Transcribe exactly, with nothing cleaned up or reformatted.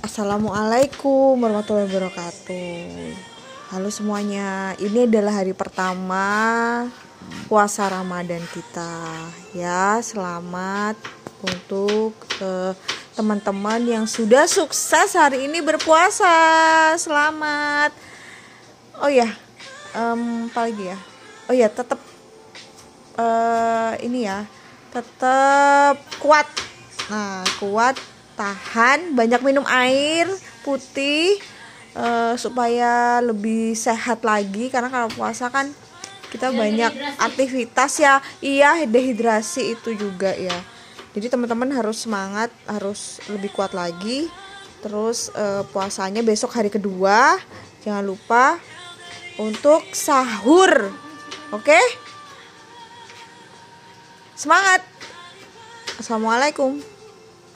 Assalamualaikum warahmatullahi wabarakatuh. Halo semuanya, ini adalah hari pertama puasa Ramadan kita. Ya, selamat untuk uh, teman-teman yang sudah sukses hari ini berpuasa. Selamat. Oh ya, um, apa lagi ya? Oh ya, tetap uh, ini ya, tetap kuat. Nah, kuat. Tahan, banyak minum air putih uh, supaya lebih sehat lagi, karena kalau puasa kan kita banyak aktivitas ya. Iya, dehidrasi itu juga ya. Jadi teman-teman harus semangat, harus lebih kuat lagi. Terus uh, puasanya besok hari kedua, jangan lupa untuk sahur. Oke? Semangat. Assalamualaikum.